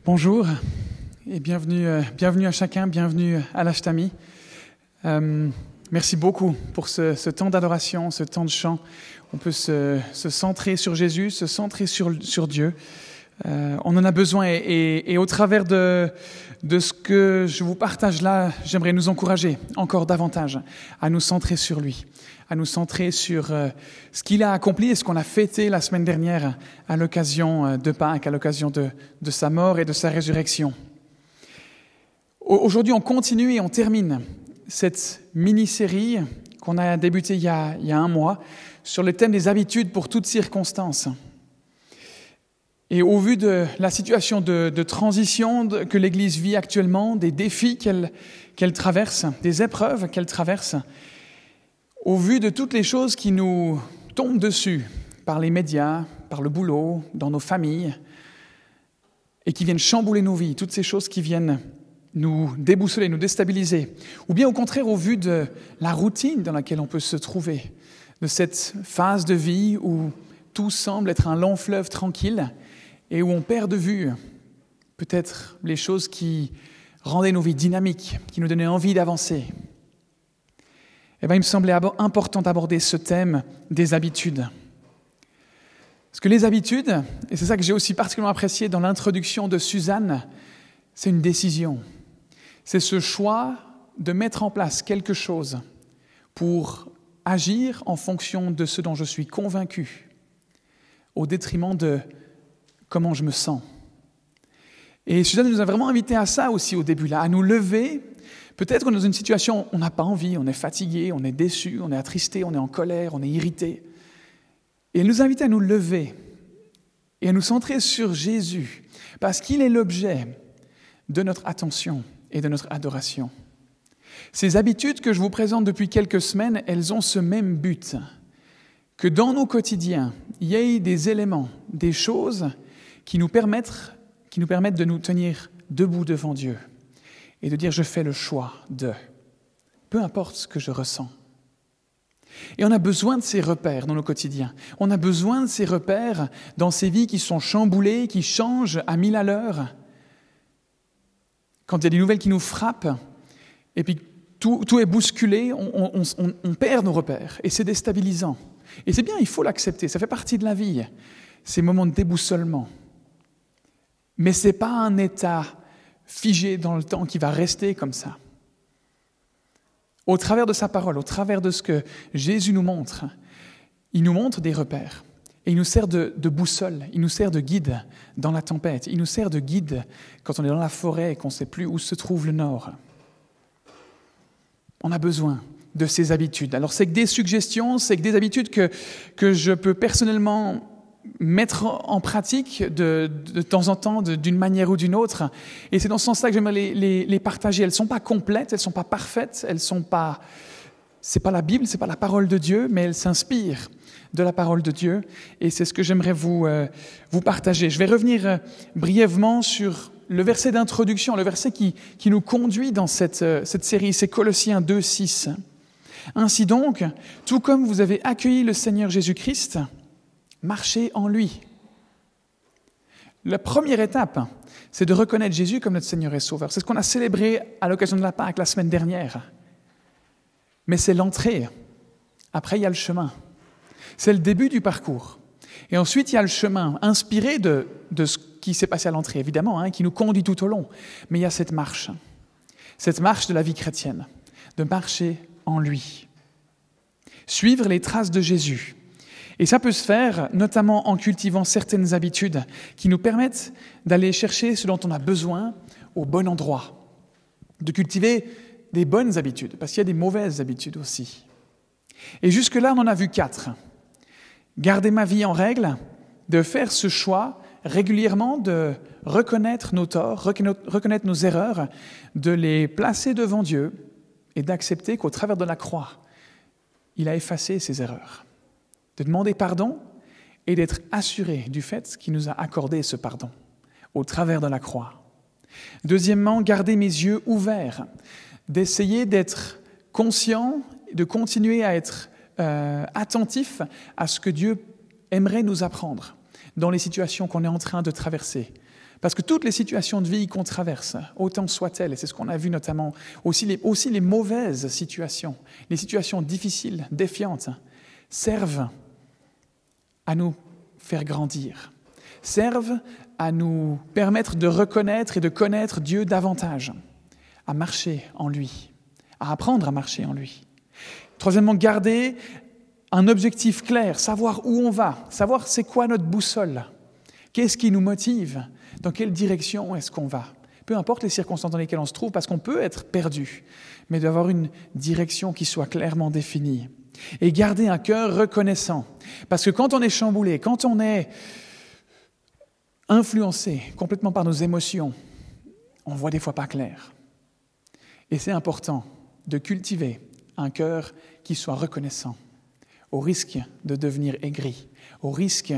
Bonjour et bienvenue à chacun, bienvenue à l'Ashtami. Merci beaucoup pour ce temps d'adoration, ce temps de chant. On peut se centrer sur Jésus, se centrer sur Dieu. On en a besoin et au travers de ce que je vous partage là, j'aimerais nous encourager encore davantage à nous centrer sur lui, à nous centrer sur ce qu'il a accompli et ce qu'on a fêté la semaine dernière à l'occasion de Pâques, à l'occasion de sa mort et de sa résurrection. Aujourd'hui, on continue et on termine cette mini-série qu'on a débutée il y a un mois sur le thème des habitudes pour toutes circonstances. Et au vu de la situation de transition que l'Église vit actuellement, des défis qu'elle traverse, des épreuves qu'elle traverse, au vu de toutes les choses qui nous tombent dessus par les médias, par le boulot, dans nos familles, et qui viennent chambouler nos vies, toutes ces choses qui viennent nous déboussoler, nous déstabiliser, ou bien au contraire au vu de la routine dans laquelle on peut se trouver, de cette phase de vie où tout semble être un long fleuve tranquille et où on perd de vue peut-être les choses qui rendaient nos vies dynamiques, qui nous donnaient envie d'avancer. Eh bien, il me semblait important d'aborder ce thème des habitudes. Parce que les habitudes, et c'est ça que j'ai aussi particulièrement apprécié dans l'introduction de Suzanne, c'est une décision. C'est ce choix de mettre en place quelque chose pour agir en fonction de ce dont je suis convaincu, au détriment de comment je me sens. Et Suzanne nous a vraiment invités à ça aussi au début, là, à nous lever. Peut-être qu'on est dans une situation où on n'a pas envie, on est fatigué, on est déçu, on est attristé, on est en colère, on est irrité. Et elle nous invite à nous lever et à nous centrer sur Jésus, parce qu'il est l'objet de notre attention et de notre adoration. Ces habitudes que je vous présente depuis quelques semaines, elles ont ce même but, que dans nos quotidiens, il y ait des éléments, des choses qui nous permettent de nous tenir debout devant Dieu et de dire « je fais le choix de », peu importe ce que je ressens. Et on a besoin de ces repères dans nos quotidiens. On a besoin de ces repères dans ces vies qui sont chamboulées, qui changent à 1000 à l'heure. Quand il y a des nouvelles qui nous frappent, et puis tout est bousculé, on perd nos repères, et c'est déstabilisant. Et c'est bien, il faut l'accepter, ça fait partie de la vie, ces moments de déboussolement. Mais ce n'est pas un état figé dans le temps qui va rester comme ça. Au travers de sa parole, au travers de ce que Jésus nous montre, il nous montre des repères. Et il nous sert de boussole, il nous sert de guide dans la tempête, il nous sert de guide quand on est dans la forêt et qu'on ne sait plus où se trouve le nord. On a besoin de ces habitudes. Alors c'est que des suggestions, c'est que des habitudes que je peux personnellement mettre en pratique de temps en temps, d'une manière ou d'une autre. Et c'est dans ce sens-là que j'aimerais les partager. Elles ne sont pas complètes, elles ne sont pas parfaites, c'est pas la Bible, c'est pas la parole de Dieu, mais elles s'inspirent de la parole de Dieu. Et c'est ce que j'aimerais vous partager. Je vais revenir brièvement sur le verset d'introduction, le verset qui nous conduit dans cette série, c'est Colossiens 2, 6. Ainsi donc, tout comme vous avez accueilli le Seigneur Jésus-Christ, marchez en lui. La première étape, c'est de reconnaître Jésus comme notre Seigneur et Sauveur. C'est ce qu'on a célébré à l'occasion de la Pâque la semaine dernière. Mais c'est l'entrée. Après, il y a le chemin. C'est le début du parcours. Et ensuite, il y a le chemin, inspiré de ce qui s'est passé à l'entrée, évidemment, qui nous conduit tout au long. Mais il y a cette marche de la vie chrétienne, de marcher en lui. Suivre les traces de Jésus. Et ça peut se faire notamment en cultivant certaines habitudes qui nous permettent d'aller chercher ce dont on a besoin au bon endroit. De cultiver des bonnes habitudes, parce qu'il y a des mauvaises habitudes aussi. Et jusque-là, on en a vu 4. Garder ma vie en règle, de faire ce choix régulièrement de reconnaître nos torts, reconnaître nos erreurs, de les placer devant Dieu et d'accepter qu'au travers de la croix, il a effacé ces erreurs. De demander pardon et d'être assuré du fait qu'il nous a accordé ce pardon au travers de la croix. Deuxièmement, garder mes yeux ouverts, d'essayer d'être conscient, de continuer à être attentif à ce que Dieu aimerait nous apprendre dans les situations qu'on est en train de traverser. Parce que toutes les situations de vie qu'on traverse, autant soient-elles, et c'est ce qu'on a vu notamment, aussi les mauvaises situations, les situations difficiles, défiantes, servent à nous faire grandir, servent à nous permettre de reconnaître et de connaître Dieu davantage, à marcher en lui, à apprendre à marcher en lui. Troisièmement, garder un objectif clair, savoir où on va, savoir c'est quoi notre boussole, qu'est-ce qui nous motive, dans quelle direction est-ce qu'on va. Peu importe les circonstances dans lesquelles on se trouve, parce qu'on peut être perdu, mais d'avoir une direction qui soit clairement définie. Et garder un cœur reconnaissant. Parce que quand on est chamboulé, quand on est influencé complètement par nos émotions, on voit des fois pas clair. Et c'est important de cultiver un cœur qui soit reconnaissant, au risque de devenir aigri, au risque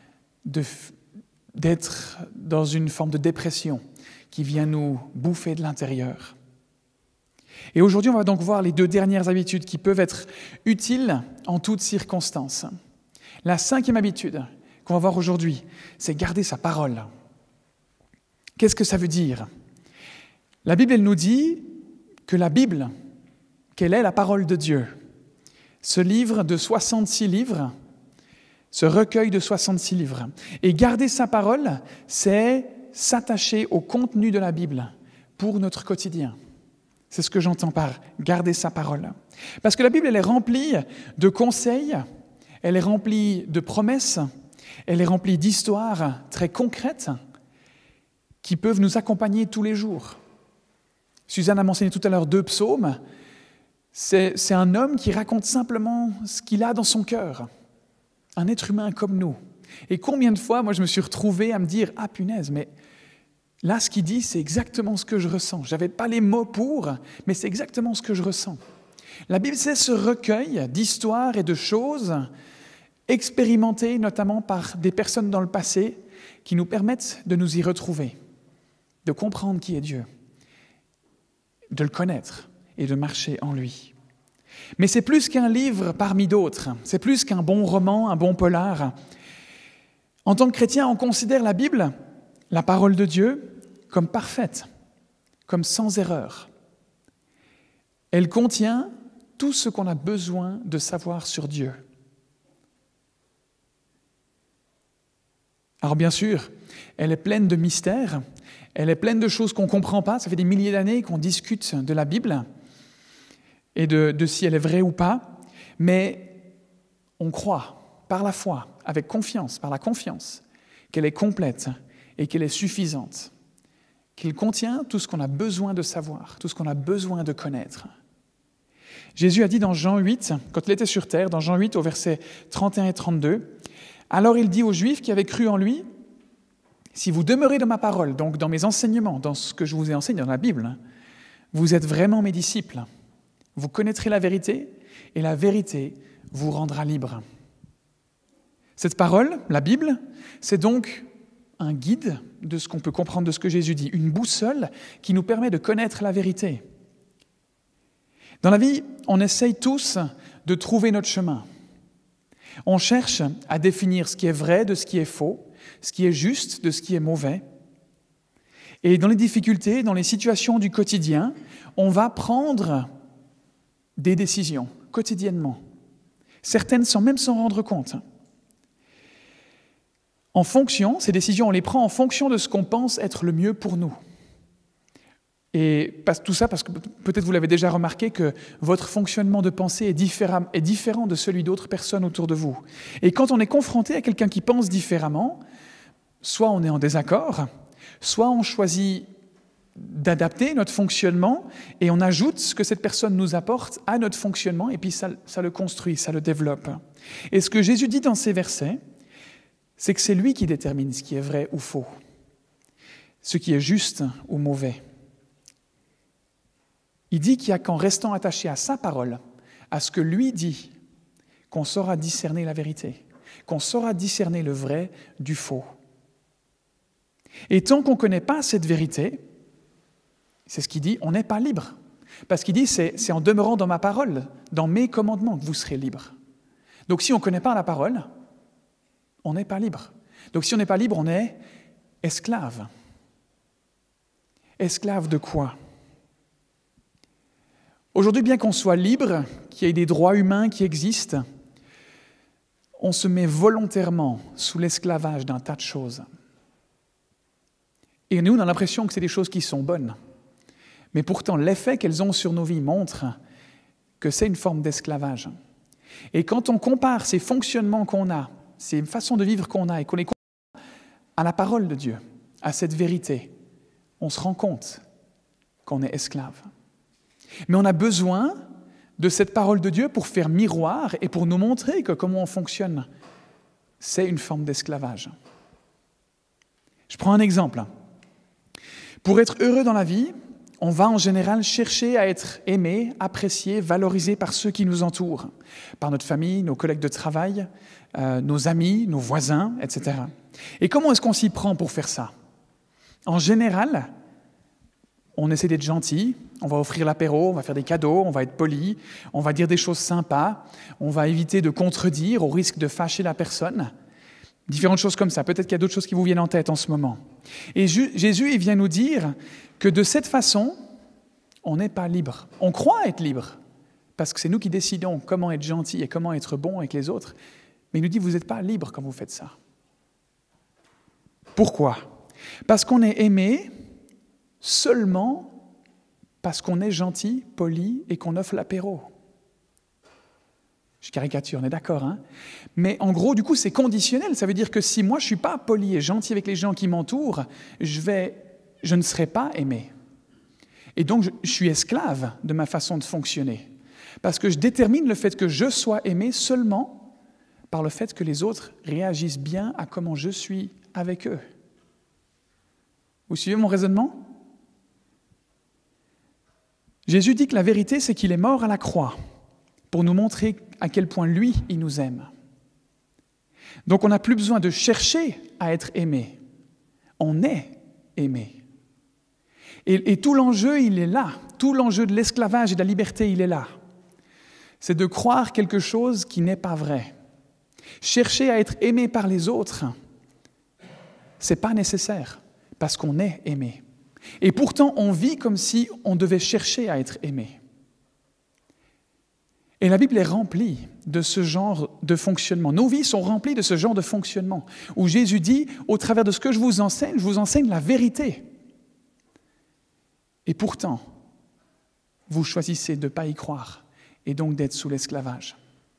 d'être dans une forme de dépression qui vient nous bouffer de l'intérieur. Et aujourd'hui, on va donc voir les 2 dernières habitudes qui peuvent être utiles en toutes circonstances. La 5e habitude qu'on va voir aujourd'hui, c'est garder sa parole. Qu'est-ce que ça veut dire ? La Bible, elle nous dit que la Bible, quelle est la parole de Dieu ? Ce livre de 66 livres, ce recueil de 66 livres. Et garder sa parole, c'est s'attacher au contenu de la Bible pour notre quotidien. C'est ce que j'entends par garder sa parole. Parce que la Bible, elle est remplie de conseils, elle est remplie de promesses, elle est remplie d'histoires très concrètes qui peuvent nous accompagner tous les jours. Suzanne a mentionné tout à l'heure 2 psaumes. C'est un homme qui raconte simplement ce qu'il a dans son cœur. Un être humain comme nous. Et combien de fois, moi, je me suis retrouvé à me dire « Ah, punaise, mais là, ce qu'il dit, c'est exactement ce que je ressens. Je n'avais pas les mots pour, mais c'est exactement ce que je ressens. » La Bible, c'est ce recueil d'histoires et de choses expérimentées notamment par des personnes dans le passé qui nous permettent de nous y retrouver, de comprendre qui est Dieu, de le connaître et de marcher en lui. Mais c'est plus qu'un livre parmi d'autres, c'est plus qu'un bon roman, un bon polar. En tant que chrétien, on considère la Bible, la parole de Dieu, comme parfaite, comme sans erreur. Elle contient tout ce qu'on a besoin de savoir sur Dieu. Alors bien sûr, elle est pleine de mystères, elle est pleine de choses qu'on ne comprend pas. Ça fait des milliers d'années qu'on discute de la Bible et de si elle est vraie ou pas, mais on croit, par la foi, avec confiance, par la confiance, qu'elle est complète et qu'elle est suffisante, qu'elle contient tout ce qu'on a besoin de savoir, tout ce qu'on a besoin de connaître. Jésus a dit dans Jean 8, quand il était sur terre, dans Jean 8 au verset 31 et 32, « Alors il dit aux Juifs qui avaient cru en lui, « Si vous demeurez dans ma parole, donc dans mes enseignements, dans ce que je vous ai enseigné dans la Bible, vous êtes vraiment mes disciples. Vous connaîtrez la vérité, et la vérité vous rendra libre. » Cette parole, la Bible, c'est donc un guide de ce qu'on peut comprendre de ce que Jésus dit, une boussole qui nous permet de connaître la vérité. Dans la vie, on essaye tous de trouver notre chemin. On cherche à définir ce qui est vrai de ce qui est faux, ce qui est juste de ce qui est mauvais. Et dans les difficultés, dans les situations du quotidien, on va prendre des décisions quotidiennement. Certaines sans même s'en rendre compte. En fonction, ces décisions, on les prend en fonction de ce qu'on pense être le mieux pour nous. Et tout ça parce que peut-être vous l'avez déjà remarqué que votre fonctionnement de pensée est différent de celui d'autres personnes autour de vous. Et quand on est confronté à quelqu'un qui pense différemment, soit on est en désaccord, soit on choisit d'adapter notre fonctionnement et on ajoute ce que cette personne nous apporte à notre fonctionnement et puis ça le construit, ça le développe. Et ce que Jésus dit dans ces versets, c'est que c'est lui qui détermine ce qui est vrai ou faux, ce qui est juste ou mauvais. Il dit qu'il n'y a qu'en restant attaché à sa parole, à ce que lui dit, qu'on saura discerner la vérité, qu'on saura discerner le vrai du faux. Et tant qu'on ne connaît pas cette vérité, c'est ce qu'il dit, on n'est pas libre. Parce qu'il dit, c'est en demeurant dans ma parole, dans mes commandements, que vous serez libre. Donc si on ne connaît pas la parole, on n'est pas libre. Donc si on n'est pas libre, on est esclave. Esclave de quoi? Aujourd'hui, bien qu'on soit libre, qu'il y ait des droits humains qui existent, on se met volontairement sous l'esclavage d'un tas de choses. Et nous, on a l'impression que c'est des choses qui sont bonnes. Mais pourtant, l'effet qu'elles ont sur nos vies montre que c'est une forme d'esclavage. Et quand on compare ces fonctionnements qu'on a, ces façons de vivre qu'on a, et qu'on les compare à la parole de Dieu, à cette vérité, on se rend compte qu'on est esclave. Mais on a besoin de cette parole de Dieu pour faire miroir et pour nous montrer que comment on fonctionne, c'est une forme d'esclavage. Je prends un exemple. Pour être heureux dans la vie, on va en général chercher à être aimé, apprécié, valorisé par ceux qui nous entourent, par notre famille, nos collègues de travail, nos amis, nos voisins, etc. Et comment est-ce qu'on s'y prend pour faire ça? En général, on essaie d'être gentil, on va offrir l'apéro, on va faire des cadeaux, on va être poli, on va dire des choses sympas, on va éviter de contredire au risque de fâcher la personne. Différentes choses comme ça. Peut-être qu'il y a d'autres choses qui vous viennent en tête en ce moment. Et Jésus, il vient nous dire que de cette façon, on n'est pas libre. On croit être libre, parce que c'est nous qui décidons comment être gentil et comment être bon avec les autres. Mais il nous dit, vous n'êtes pas libre quand vous faites ça. Pourquoi? Parce qu'on est aimé seulement parce qu'on est gentil, poli et qu'on offre l'apéro. Je caricature, on est d'accord, hein? Mais en gros, du coup, c'est conditionnel. Ça veut dire que si moi, je ne suis pas poli et gentil avec les gens qui m'entourent, je ne serai pas aimé. Et donc, je suis esclave de ma façon de fonctionner. Parce que je détermine le fait que je sois aimé seulement par le fait que les autres réagissent bien à comment je suis avec eux. Vous suivez mon raisonnement? Jésus dit que la vérité, c'est qu'il est mort à la croix pour nous montrer à quel point lui, il nous aime. Donc on n'a plus besoin de chercher à être aimé. On est aimé. Et tout l'enjeu, il est là. Tout l'enjeu de l'esclavage et de la liberté, il est là. C'est de croire quelque chose qui n'est pas vrai. Chercher à être aimé par les autres, ce n'est pas nécessaire, parce qu'on est aimé. Et pourtant, on vit comme si on devait chercher à être aimé. Et la Bible est remplie de ce genre de fonctionnement. Nos vies sont remplies de ce genre de fonctionnement, où Jésus dit, au travers de ce que je vous enseigne la vérité. Et pourtant, vous choisissez de ne pas y croire, et donc d'être sous l'esclavage.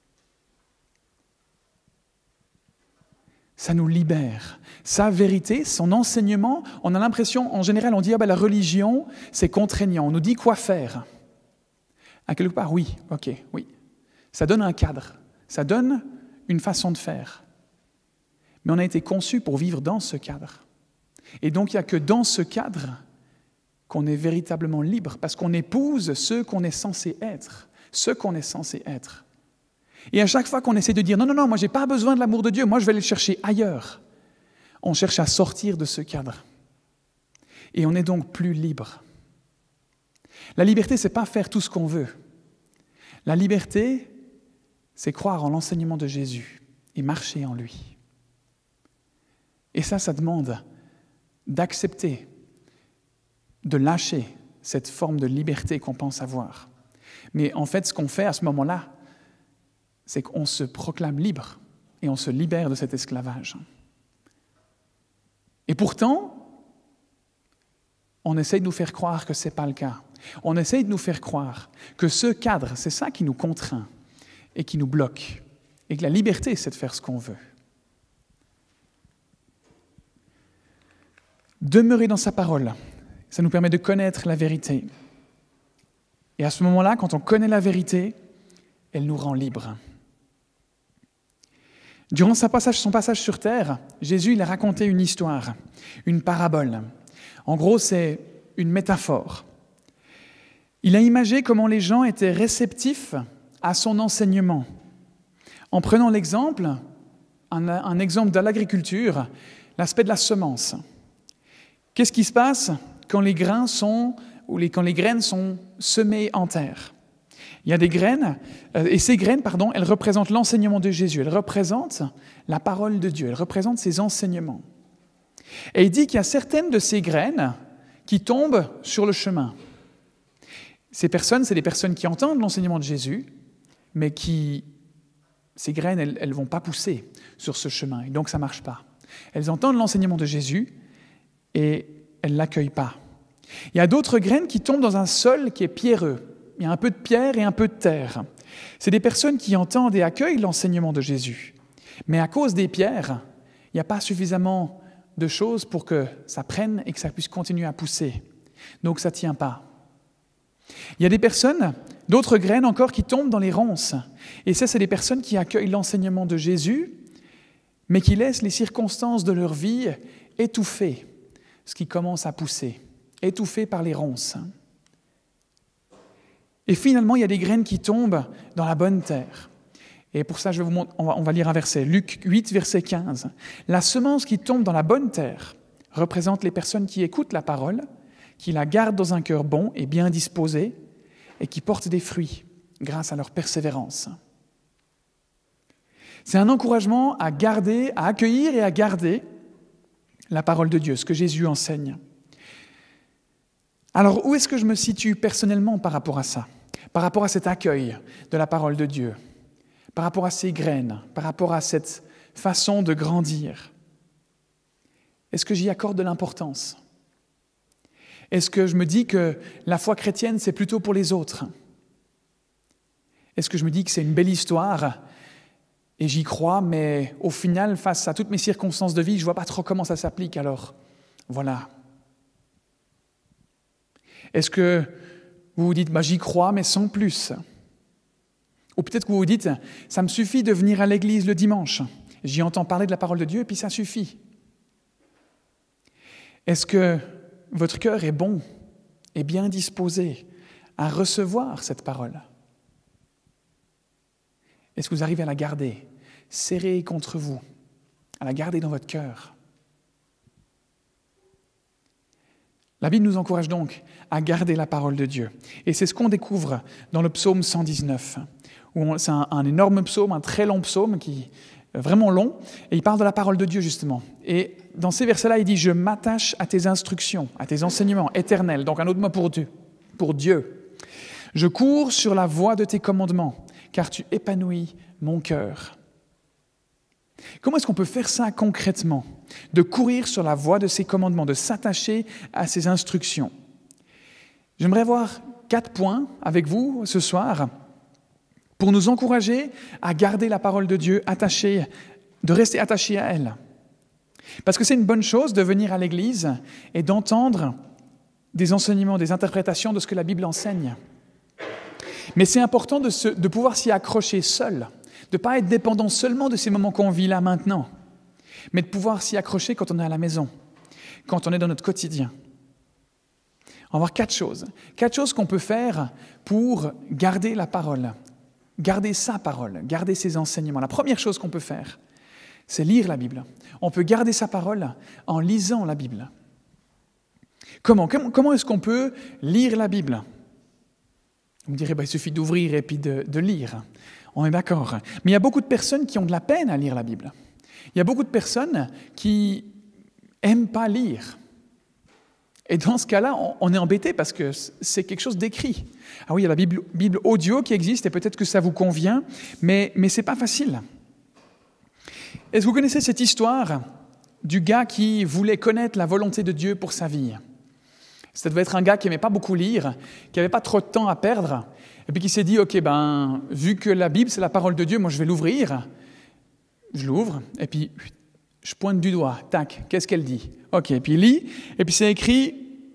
Ça nous libère. Sa vérité, son enseignement, on a l'impression, en général, on dit la religion, c'est contraignant, on nous dit quoi faire. À quelque part, oui, ok, oui. Ça donne un cadre, ça donne une façon de faire. Mais on a été conçus pour vivre dans ce cadre. Et donc, il n'y a que dans ce cadre qu'on est véritablement libre, parce qu'on épouse ce qu'on est censé être, Et à chaque fois qu'on essaie de dire « Non, moi, je n'ai pas besoin de l'amour de Dieu, moi, je vais aller le chercher ailleurs », on cherche à sortir de ce cadre. Et on est donc plus libre. La liberté, ce n'est pas faire tout ce qu'on veut. La liberté, c'est croire en l'enseignement de Jésus et marcher en lui. Et ça demande d'accepter, de lâcher cette forme de liberté qu'on pense avoir. Mais en fait, ce qu'on fait à ce moment-là, c'est qu'on se proclame libre et on se libère de cet esclavage. Et pourtant, on essaye de nous faire croire que ce n'est pas le cas. On essaye de nous faire croire que ce cadre, c'est ça qui nous contraint et qui nous bloque. Et que la liberté, c'est de faire ce qu'on veut. Demeurer dans sa parole, ça nous permet de connaître la vérité. Et à ce moment-là, quand on connaît la vérité, elle nous rend libres. Durant son passage sur terre, Jésus il a raconté une histoire, une parabole. En gros, c'est une métaphore. Il a imagé comment les gens étaient réceptifs à son enseignement. En prenant l'exemple, un exemple de l'agriculture, l'aspect de la semence. Qu'est-ce qui se passe quand les graines sont semées en terre? Il y a des graines, et ces graines, elles représentent l'enseignement de Jésus, elles représentent la parole de Dieu, elles représentent ses enseignements. Et il dit qu'il y a certaines de ces graines qui tombent sur le chemin. Ces personnes, c'est des personnes qui entendent l'enseignement de Jésus, mais ces graines, elles ne vont pas pousser sur ce chemin, et donc ça ne marche pas. Elles entendent l'enseignement de Jésus et elles ne l'accueillent pas. Il y a d'autres graines qui tombent dans un sol qui est pierreux. Il y a un peu de pierre et un peu de terre. C'est des personnes qui entendent et accueillent l'enseignement de Jésus. Mais à cause des pierres, il n'y a pas suffisamment de choses pour que ça prenne et que ça puisse continuer à pousser. Donc ça ne tient pas. Il y a des personnes, d'autres graines encore, qui tombent dans les ronces. Et ça, c'est des personnes qui accueillent l'enseignement de Jésus, mais qui laissent les circonstances de leur vie étouffer ce qui commence à pousser, étouffé par les ronces. Et finalement, il y a des graines qui tombent dans la bonne terre. Et pour ça, on va lire un verset, Luc 8, verset 15. La semence qui tombe dans la bonne terre représente les personnes qui écoutent la parole, qui la gardent dans un cœur bon et bien disposé, et qui portent des fruits grâce à leur persévérance. C'est un encouragement à garder, à accueillir et à garder la parole de Dieu, ce que Jésus enseigne. Alors, où est-ce que je me situe personnellement par rapport à ça? Par rapport à cet accueil de la parole de Dieu, par rapport à ces graines, par rapport à cette façon de grandir? Est-ce que j'y accorde de l'importance? Est-ce que je me dis que la foi chrétienne, c'est plutôt pour les autres? Est-ce que je me dis que c'est une belle histoire et j'y crois, mais au final, face à toutes mes circonstances de vie, je ne vois pas trop comment ça s'applique, alors voilà. Est-ce que vous vous dites, j'y crois, mais sans plus? Ou peut-être que vous vous dites, ça me suffit de venir à l'église le dimanche. J'y entends parler de la parole de Dieu et puis ça suffit. Est-ce que votre cœur est bon et bien disposé à recevoir cette parole? Est-ce que vous arrivez à la garder, serrée contre vous, à la garder dans votre cœur? La Bible nous encourage donc à garder la parole de Dieu. Et c'est ce qu'on découvre dans le psaume 119. C'est un énorme psaume, un très long psaume, qui est vraiment long, et il parle de la parole de Dieu justement. Et dans ces versets-là, il dit « Je m'attache à tes instructions, à tes enseignements éternels », donc un autre mot pour Dieu. « Je cours sur la voie de tes commandements, car tu épanouis mon cœur. » Comment est-ce qu'on peut faire ça concrètement? De courir sur la voie de ses commandements, de s'attacher à ses instructions. J'aimerais voir 4 points avec vous ce soir pour nous encourager à garder la parole de Dieu attachée, de rester attaché à elle. Parce que c'est une bonne chose de venir à l'église et d'entendre des enseignements, des interprétations de ce que la Bible enseigne. Mais c'est important de pouvoir s'y accrocher seul, de ne pas être dépendant seulement de ces moments qu'on vit là maintenant, mais de pouvoir s'y accrocher quand on est à la maison, quand on est dans notre quotidien. On va voir 4 choses. 4 choses qu'on peut faire pour garder la parole, garder sa parole, garder ses enseignements. La première chose qu'on peut faire, c'est lire la Bible. On peut garder sa parole en lisant la Bible. Comment est-ce qu'on peut lire la Bible? On me dirait, il suffit d'ouvrir et puis de lire. On est d'accord. Mais il y a beaucoup de personnes qui ont de la peine à lire la Bible. Il y a beaucoup de personnes qui n'aiment pas lire. Et dans ce cas-là, on est embêté parce que c'est quelque chose d'écrit. Ah oui, il y a la Bible audio qui existe et peut-être que ça vous convient, mais ce n'est pas facile. Est-ce que vous connaissez cette histoire du gars qui voulait connaître la volonté de Dieu pour sa vie? Ça devait être un gars qui n'aimait pas beaucoup lire, qui n'avait pas trop de temps à perdre, et puis qui s'est dit, ok, vu que la Bible, c'est la parole de Dieu, moi je vais l'ouvrir. Je l'ouvre, et puis je pointe du doigt, tac, qu'est-ce qu'elle dit? Ok, et puis il lit, et puis c'est écrit,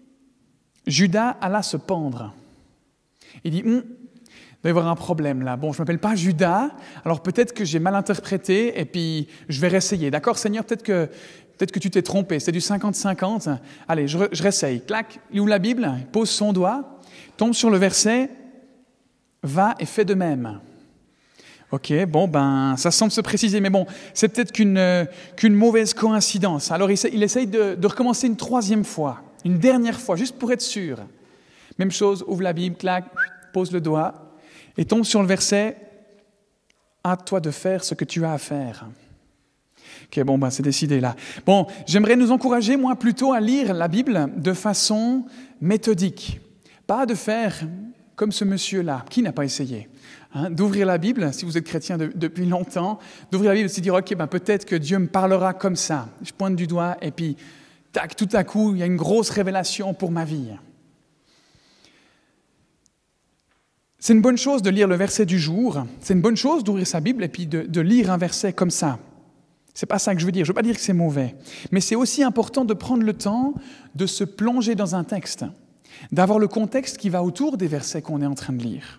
Judas alla se pendre. Il dit, il doit y avoir un problème là. Bon, je ne m'appelle pas Judas, alors peut-être que j'ai mal interprété, et puis je vais réessayer. D'accord, Seigneur, peut-être que tu t'es trompé, c'est du 50-50. Allez, je réessaye. Clac, il ouvre la Bible, il pose son doigt, tombe sur le verset, va et fais de même. Ok, ça semble se préciser, mais c'est peut-être qu'une mauvaise coïncidence. Alors il essaye de recommencer une 3e fois, une dernière fois, juste pour être sûr. Même chose, ouvre la Bible, clac, pose le doigt, et tombe sur le verset, hâte-toi de faire ce que tu as à faire. Ok, bon, c'est décidé là. Bon, j'aimerais nous encourager, moi, plutôt à lire la Bible de façon méthodique. Pas de faire comme ce monsieur-là, qui n'a pas essayé, d'ouvrir la Bible, si vous êtes chrétien depuis longtemps, d'ouvrir la Bible et de se dire, ok, peut-être que Dieu me parlera comme ça. Je pointe du doigt et puis, tac, tout à coup, il y a une grosse révélation pour ma vie. C'est une bonne chose de lire le verset du jour, c'est une bonne chose d'ouvrir sa Bible et puis de lire un verset comme ça. C'est pas ça que je veux dire, je veux pas dire que c'est mauvais. Mais c'est aussi important de prendre le temps de se plonger dans un texte, d'avoir le contexte qui va autour des versets qu'on est en train de lire.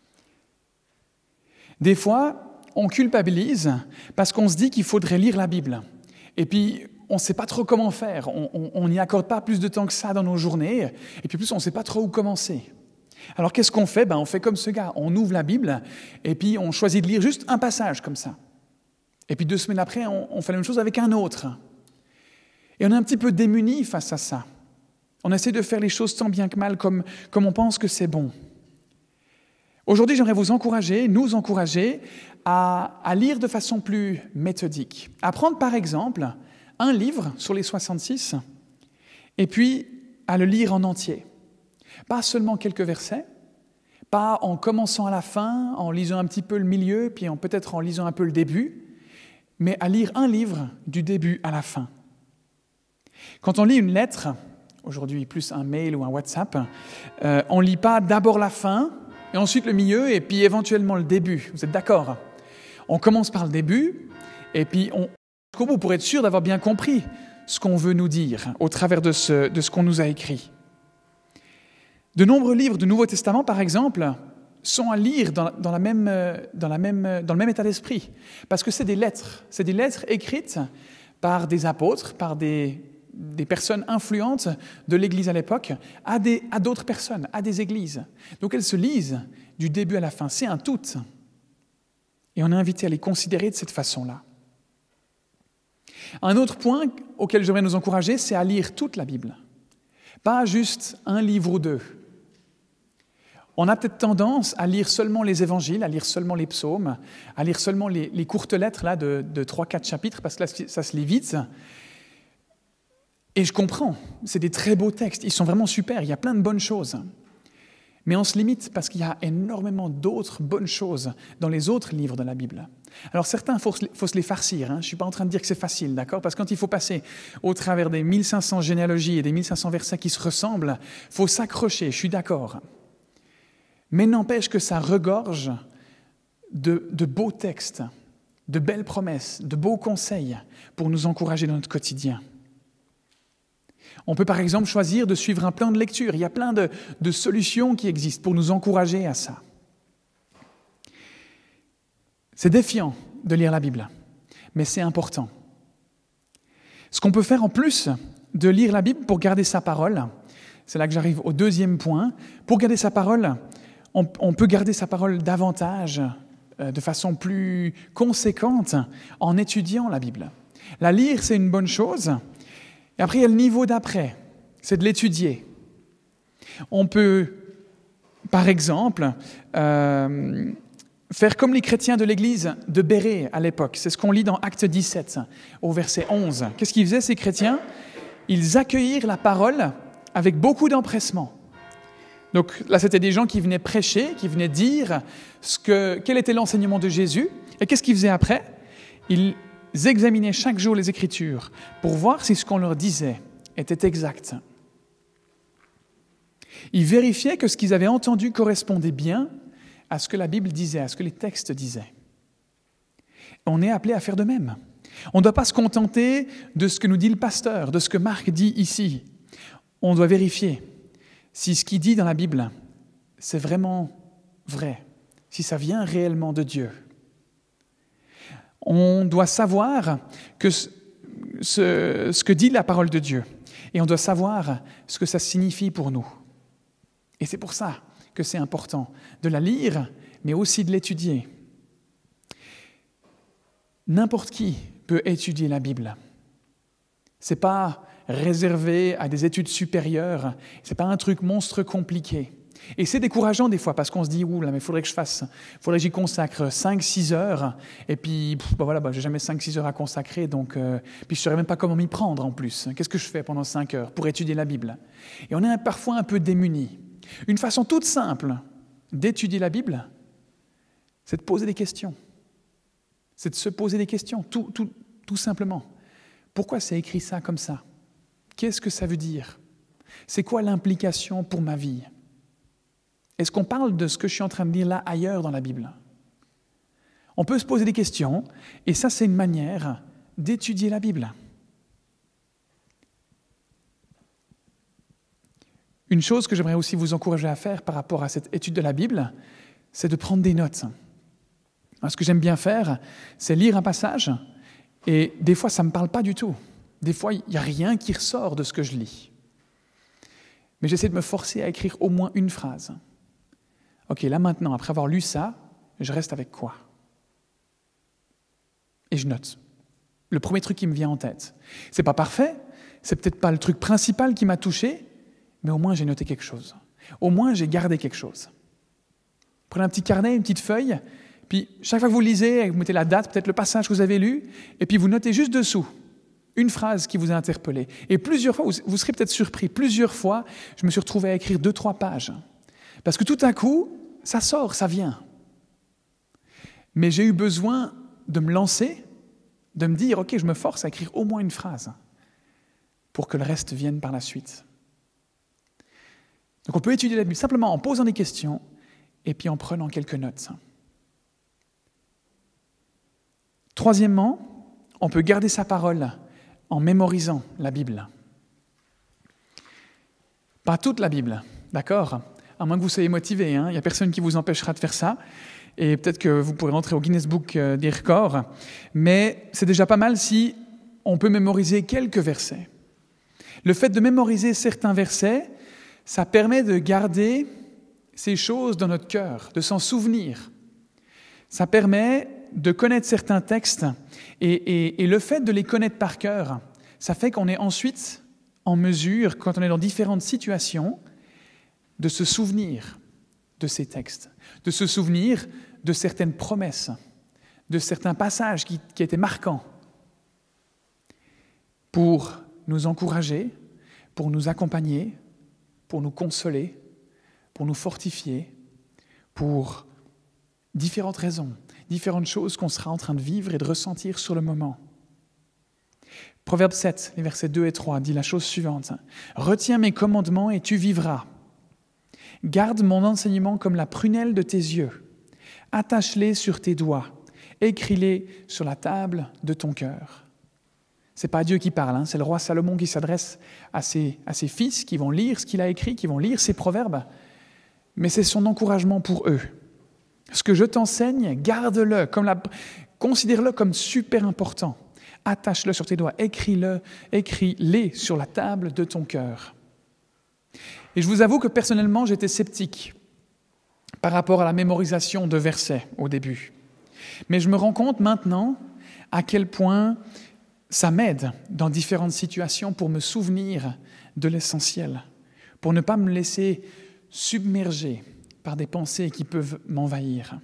Des fois, on culpabilise parce qu'on se dit qu'il faudrait lire la Bible. Et puis, on ne sait pas trop comment faire, on n'y accorde pas plus de temps que ça dans nos journées, et puis plus, on ne sait pas trop où commencer. Alors qu'est-ce qu'on fait ? On fait comme ce gars, on ouvre la Bible et puis on choisit de lire juste un passage comme ça. Et puis 2 semaines après, on fait la même chose avec un autre. Et on est un petit peu démunis face à ça. On essaie de faire les choses tant bien que mal comme on pense que c'est bon. Aujourd'hui, j'aimerais nous encourager à lire de façon plus méthodique. À prendre par exemple un livre sur les 66 et puis à le lire en entier. Pas seulement quelques versets, pas en commençant à la fin, en lisant un petit peu le milieu, puis peut-être en lisant un peu le début, mais à lire un livre du début à la fin. Quand on lit une lettre, aujourd'hui plus un mail ou un WhatsApp, on ne lit pas d'abord la fin, et ensuite le milieu, et puis éventuellement le début. Vous êtes d'accord ? On commence par le début, et puis jusqu'au bout pour être sûr d'avoir bien compris ce qu'on veut nous dire au travers de ce qu'on nous a écrit. De nombreux livres du Nouveau Testament, par exemple, sont à lire dans le même état d'esprit. Parce que c'est des lettres écrites par des apôtres, par des personnes influentes de l'Église à l'époque, à d'autres personnes, à des églises. Donc elles se lisent du début à la fin, c'est un tout. Et on est invité à les considérer de cette façon-là. Un autre point auquel j'aimerais nous encourager, c'est à lire toute la Bible. Pas juste un livre ou deux. On a peut-être tendance à lire seulement les évangiles, à lire seulement les psaumes, à lire seulement les courtes lettres là, de 3-4 chapitres, parce que là, ça se lit vite. Et je comprends, c'est des très beaux textes, ils sont vraiment super, il y a plein de bonnes choses. Mais on se limite parce qu'il y a énormément d'autres bonnes choses dans les autres livres de la Bible. Alors certains, il faut se les farcir, je ne suis pas en train de dire que c'est facile, d'accord ? Parce que quand il faut passer au travers des 1500 généalogies et des 1500 versets qui se ressemblent, il faut s'accrocher, je suis d'accord. Mais n'empêche que ça regorge de beaux textes, de belles promesses, de beaux conseils pour nous encourager dans notre quotidien. On peut par exemple choisir de suivre un plan de lecture. Il y a plein de solutions qui existent pour nous encourager à ça. C'est défiant de lire la Bible, mais c'est important. Ce qu'on peut faire en plus de lire la Bible pour garder sa parole, c'est là que j'arrive au deuxième point, pour garder sa parole, on peut garder sa parole davantage, de façon plus conséquente, en étudiant la Bible. La lire, c'est une bonne chose. Et après, il y a le niveau d'après, c'est de l'étudier. On peut, par exemple, faire comme les chrétiens de l'église de Bérée à l'époque. C'est ce qu'on lit dans Actes 17, au verset 11. Qu'est-ce qu'ils faisaient, ces chrétiens ? Ils accueillirent la parole avec beaucoup d'empressement. Donc là, c'était des gens qui venaient prêcher, qui venaient dire quel était l'enseignement de Jésus. Et qu'est-ce qu'ils faisaient après ? Ils examinaient chaque jour les Écritures pour voir si ce qu'on leur disait était exact. Ils vérifiaient que ce qu'ils avaient entendu correspondait bien à ce que la Bible disait, à ce que les textes disaient. On est appelé à faire de même. On ne doit pas se contenter de ce que nous dit le pasteur, de ce que Marc dit ici. On doit vérifier si ce qu'il dit dans la Bible, c'est vraiment vrai, si ça vient réellement de Dieu. On doit savoir que ce que dit la parole de Dieu, et on doit savoir ce que ça signifie pour nous. Et c'est pour ça que c'est important de la lire, mais aussi de l'étudier. N'importe qui peut étudier la Bible. Ce n'est pas réservé à des études supérieures, ce n'est pas un truc monstre compliqué. Et c'est décourageant des fois parce qu'on se dit « Ouh là, mais il faudrait que que j'y consacre 5-6 heures. » Et puis, j'ai jamais 5-6 heures à consacrer, donc puis je ne saurais même pas comment m'y prendre en plus. Qu'est-ce que je fais pendant 5 heures pour étudier la Bible? Et on est parfois un peu démunis. Une façon toute simple d'étudier la Bible, c'est de poser des questions. C'est de se poser des questions, tout simplement. Pourquoi c'est écrit ça comme ça? Qu'est-ce que ça veut dire? C'est quoi l'implication pour ma vie? Est-ce qu'on parle de ce que je suis en train de lire là ailleurs dans la Bible? On peut se poser des questions, et ça, c'est une manière d'étudier la Bible. Une chose que j'aimerais aussi vous encourager à faire par rapport à cette étude de la Bible, c'est de prendre des notes. Alors, ce que j'aime bien faire, c'est lire un passage, et des fois, ça ne me parle pas du tout. Des fois, il n'y a rien qui ressort de ce que je lis. Mais j'essaie de me forcer à écrire au moins une phrase. Ok, là maintenant, après avoir lu ça, je reste avec quoi? Et je note. Le premier truc qui me vient en tête. C'est pas parfait, c'est peut-être pas le truc principal qui m'a touché, mais au moins j'ai noté quelque chose. Au moins j'ai gardé quelque chose. Prenez un petit carnet, une petite feuille, puis chaque fois que vous lisez, vous mettez la date, peut-être le passage que vous avez lu, et puis vous notez juste dessous une phrase qui vous a interpellé. Et plusieurs fois, vous serez peut-être surpris, plusieurs fois, je me suis retrouvé à écrire 2-3 pages. Parce que tout à coup, ça sort, ça vient. Mais j'ai eu besoin de me lancer, de me dire, ok, je me force à écrire au moins une phrase pour que le reste vienne par la suite. Donc on peut étudier la Bible simplement en posant des questions et puis en prenant quelques notes. Troisièmement, on peut garder sa parole en mémorisant la Bible. Pas toute la Bible, d'accord? À moins que vous soyez motivé, il n'y a personne qui vous empêchera de faire ça. Et peut-être que vous pourrez rentrer au Guinness Book des records. Mais c'est déjà pas mal si on peut mémoriser quelques versets. Le fait de mémoriser certains versets, ça permet de garder ces choses dans notre cœur, de s'en souvenir. Ça permet de connaître certains textes. Et le fait de les connaître par cœur, ça fait qu'on est ensuite en mesure, quand on est dans différentes situations, de se souvenir de ces textes, de se souvenir de certaines promesses, de certains passages qui étaient marquants pour nous encourager, pour nous accompagner, pour nous consoler, pour nous fortifier, pour différentes raisons, différentes choses qu'on sera en train de vivre et de ressentir sur le moment. Proverbe 7, les versets 2 et 3, dit la chose suivante. « Retiens mes commandements et tu vivras. Garde mon enseignement comme la prunelle de tes yeux. Attache-les sur tes doigts. Écris-les sur la table de ton cœur. » Ce n'est pas Dieu qui parle, c'est le roi Salomon qui s'adresse à ses fils qui vont lire ce qu'il a écrit, qui vont lire ses proverbes. Mais c'est son encouragement pour eux. Ce que je t'enseigne, garde-le, considère-le comme super important. Attache-le sur tes doigts, écris-les sur la table de ton cœur. Et je vous avoue que personnellement, j'étais sceptique par rapport à la mémorisation de versets au début. Mais je me rends compte maintenant à quel point ça m'aide dans différentes situations pour me souvenir de l'essentiel, pour ne pas me laisser submerger par des pensées qui peuvent m'envahir.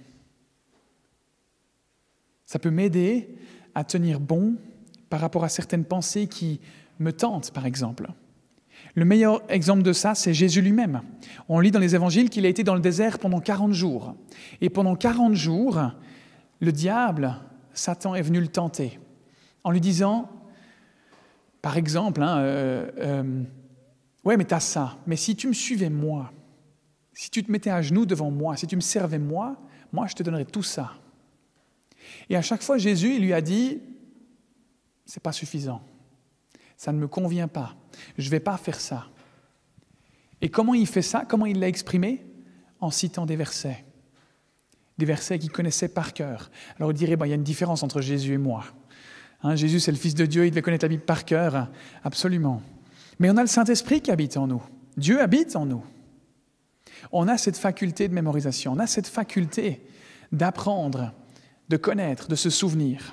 Ça peut m'aider à tenir bon par rapport à certaines pensées qui me tentent, par exemple. Le meilleur exemple de ça, c'est Jésus lui-même. On lit dans les évangiles qu'il a été dans le désert pendant 40 jours. Et pendant 40 jours, le diable, Satan, est venu le tenter en lui disant, par exemple, ouais, mais t'as ça, mais si tu me suivais moi, si tu te mettais à genoux devant moi, si tu me servais moi, je te donnerais tout ça. Et à chaque fois, Jésus, il lui a dit, c'est pas suffisant. Ça ne me convient pas. Je ne vais pas faire ça. Et comment il fait ça? Comment il l'a exprimé? En citant des versets. Des versets qu'il connaissait par cœur. Alors il dirait, il y a une différence entre Jésus et moi. Jésus, c'est le Fils de Dieu, il devait connaître la Bible par cœur. Absolument. Mais on a le Saint-Esprit qui habite en nous. Dieu habite en nous. On a cette faculté de mémorisation. On a cette faculté d'apprendre, de connaître, de se souvenir.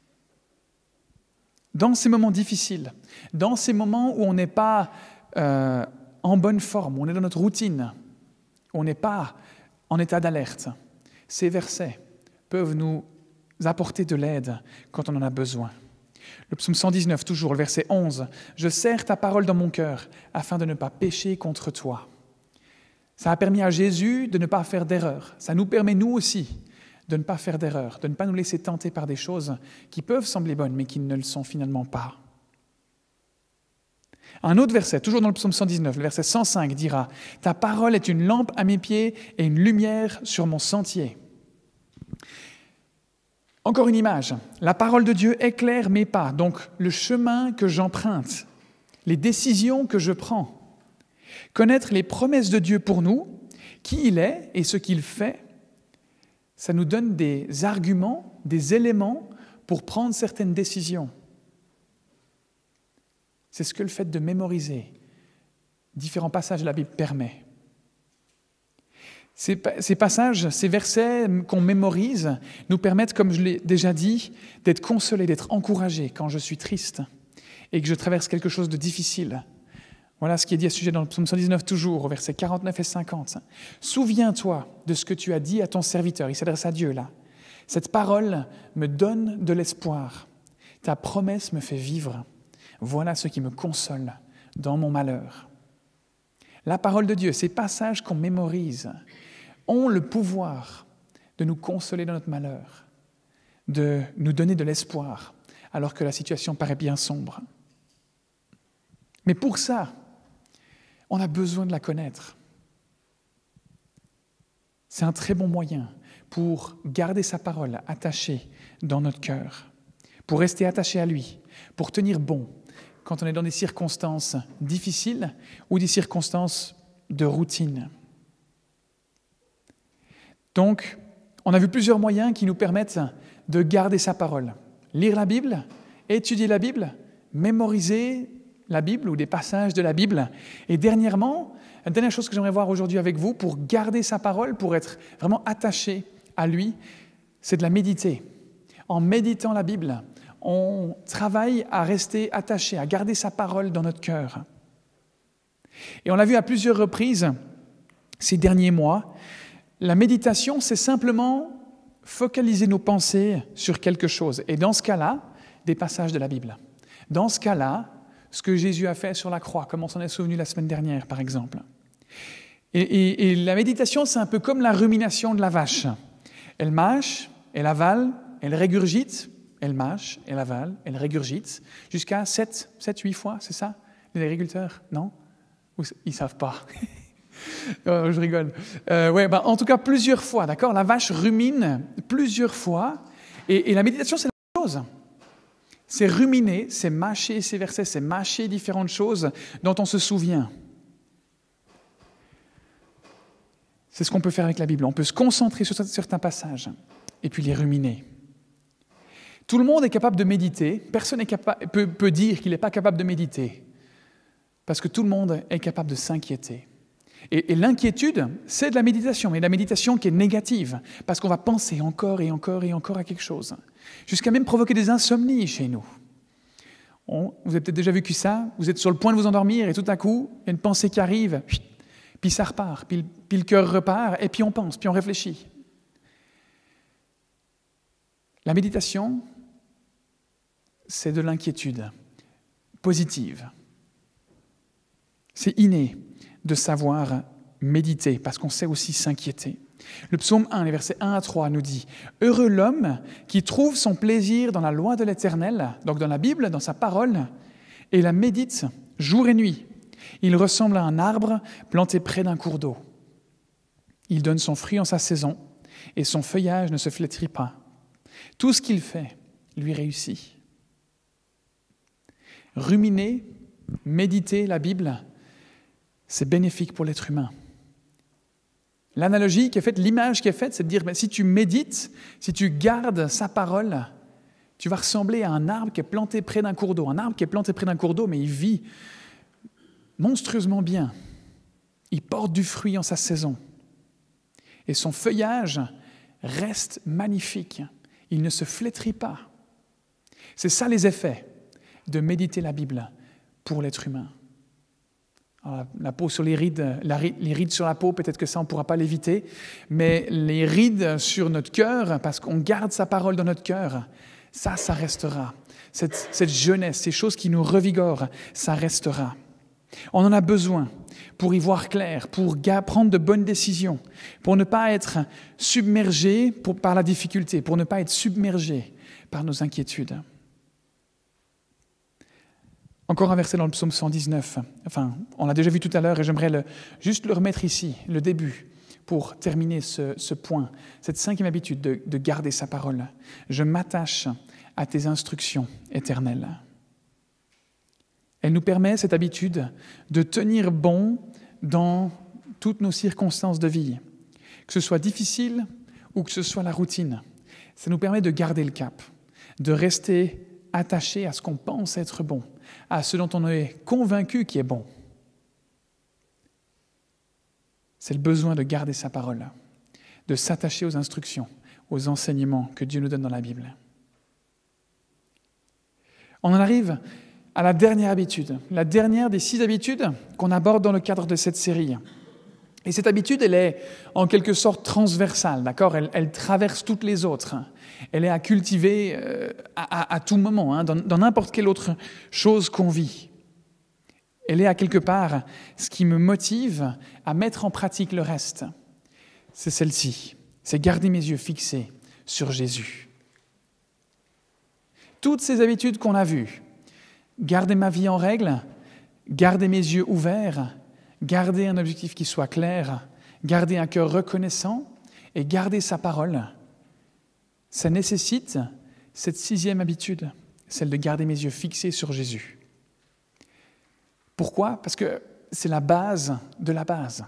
Dans ces moments difficiles, dans ces moments où on n'est pas en bonne forme, où on est dans notre routine, où on n'est pas en état d'alerte, ces versets peuvent nous apporter de l'aide quand on en a besoin. Le psaume 119, toujours, le verset 11. « Je serre ta parole dans mon cœur, afin de ne pas pécher contre toi. » Ça a permis à Jésus de ne pas faire d'erreur. Ça nous permet, nous aussi, de ne pas faire d'erreur, de ne pas nous laisser tenter par des choses qui peuvent sembler bonnes, mais qui ne le sont finalement pas. Un autre verset, toujours dans le psaume 119, le verset 105 dira « Ta parole est une lampe à mes pieds et une lumière sur mon sentier. » Encore une image. La parole de Dieu éclaire mes pas, donc le chemin que j'emprunte, les décisions que je prends. Connaître les promesses de Dieu pour nous, qui il est et ce qu'il fait, ça nous donne des arguments, des éléments pour prendre certaines décisions. C'est ce que le fait de mémoriser différents passages de la Bible permet. Ces passages, ces versets qu'on mémorise nous permettent, comme je l'ai déjà dit, d'être consolé, d'être encouragé quand je suis triste et que je traverse quelque chose de difficile. Voilà ce qui est dit à ce sujet dans le psaume 119 toujours, au versets 49 et 50. « Souviens-toi de ce que tu as dit à ton serviteur. » Il s'adresse à Dieu là. « Cette parole me donne de l'espoir. Ta promesse me fait vivre. Voilà ce qui me console dans mon malheur. » La parole de Dieu, ces passages qu'on mémorise, ont le pouvoir de nous consoler dans notre malheur, de nous donner de l'espoir, alors que la situation paraît bien sombre. Mais pour ça, on a besoin de la connaître. C'est un très bon moyen pour garder sa parole attachée dans notre cœur, pour rester attaché à lui, pour tenir bon quand on est dans des circonstances difficiles ou des circonstances de routine. Donc, on a vu plusieurs moyens qui nous permettent de garder sa parole. Lire la Bible, étudier la Bible, mémoriser la Bible ou des passages de la Bible. Et dernièrement, la dernière chose que j'aimerais voir aujourd'hui avec vous pour garder sa parole, pour être vraiment attaché à lui, c'est de la méditer. En méditant la Bible, on travaille à rester attaché, à garder sa parole dans notre cœur. Et on l'a vu à plusieurs reprises ces derniers mois, la méditation, c'est simplement focaliser nos pensées sur quelque chose. Et dans ce cas-là, des passages de la Bible. Dans ce cas-là, ce que Jésus a fait sur la croix, comme on s'en est souvenu la semaine dernière, par exemple. Et la méditation, c'est un peu comme la rumination de la vache. Elle mâche, elle avale, elle régurgite, elle mâche, elle avale, elle régurgite, jusqu'à 7-8 fois, c'est ça? Les agriculteurs, non? Ou ils ne savent pas. Oh, je rigole. En tout cas, plusieurs fois, d'accord? La vache rumine plusieurs fois. Et la méditation, c'est la même chose. C'est ruminer, c'est mâcher ces versets, c'est mâcher différentes choses dont on se souvient. C'est ce qu'on peut faire avec la Bible. On peut se concentrer sur certains passages et puis les ruminer. Tout le monde est capable de méditer. Personne peut dire qu'il n'est pas capable de méditer. Parce que tout le monde est capable de s'inquiéter. Et l'inquiétude, c'est de la méditation, mais de la méditation qui est négative, parce qu'on va penser encore et encore et encore à quelque chose, jusqu'à même provoquer des insomnies chez nous. Vous avez peut-être déjà vécu ça, vous êtes sur le point de vous endormir et tout à coup, il y a une pensée qui arrive, puis ça repart, puis le cœur repart, et puis on pense, puis on réfléchit. La méditation, c'est de l'inquiétude positive. C'est inné de savoir méditer, parce qu'on sait aussi s'inquiéter. Le psaume 1, les versets 1 à 3 nous dit « Heureux l'homme qui trouve son plaisir dans la loi de l'Éternel, donc dans la Bible, dans sa parole, et la médite jour et nuit. Il ressemble à un arbre planté près d'un cours d'eau. Il donne son fruit en sa saison, et son feuillage ne se flétrit pas. Tout ce qu'il fait lui réussit. » Ruminer, méditer la Bible, c'est bénéfique pour l'être humain. L'analogie qui est faite, l'image qui est faite, c'est de dire, si tu médites, si tu gardes sa parole, tu vas ressembler à un arbre qui est planté près d'un cours d'eau. Un arbre qui est planté près d'un cours d'eau, mais il vit monstrueusement bien. Il porte du fruit en sa saison. Et son feuillage reste magnifique. Il ne se flétrit pas. C'est ça les effets de méditer la Bible pour l'être humain. Alors, la peau sur les rides, les rides sur la peau, peut-être que ça, on ne pourra pas l'éviter, mais les rides sur notre cœur, parce qu'on garde sa parole dans notre cœur, ça restera. Cette jeunesse, ces choses qui nous revigorent, ça restera. On en a besoin pour y voir clair, pour prendre de bonnes décisions, pour ne pas être submergé par la difficulté, pour ne pas être submergé par nos inquiétudes. Encore un verset dans le psaume 119. Enfin, on l'a déjà vu tout à l'heure et j'aimerais juste le remettre ici, le début, pour terminer ce point, cette 5e habitude de garder sa parole. Je m'attache à tes instructions éternelles. Elle nous permet, cette habitude, de tenir bon dans toutes nos circonstances de vie, que ce soit difficile ou que ce soit la routine. Ça nous permet de garder le cap, de rester attaché à ce qu'on pense être bon, à ce dont on est convaincu qui est bon. C'est le besoin de garder sa parole, de s'attacher aux instructions, aux enseignements que Dieu nous donne dans la Bible. On en arrive à la dernière habitude, la dernière des 6 habitudes qu'on aborde dans le cadre de cette série. Et cette habitude, elle est en quelque sorte transversale, d'accord ? Elle traverse toutes les autres. Elle est à cultiver à tout moment, dans n'importe quelle autre chose qu'on vit. Elle est à quelque part ce qui me motive à mettre en pratique le reste. C'est celle-ci, c'est garder mes yeux fixés sur Jésus. Toutes ces habitudes qu'on a vues, garder ma vie en règle, garder mes yeux ouverts, garder un objectif qui soit clair, garder un cœur reconnaissant et garder sa parole, ça nécessite cette 6e habitude, celle de garder mes yeux fixés sur Jésus. Pourquoi ? Parce que c'est la base de la base.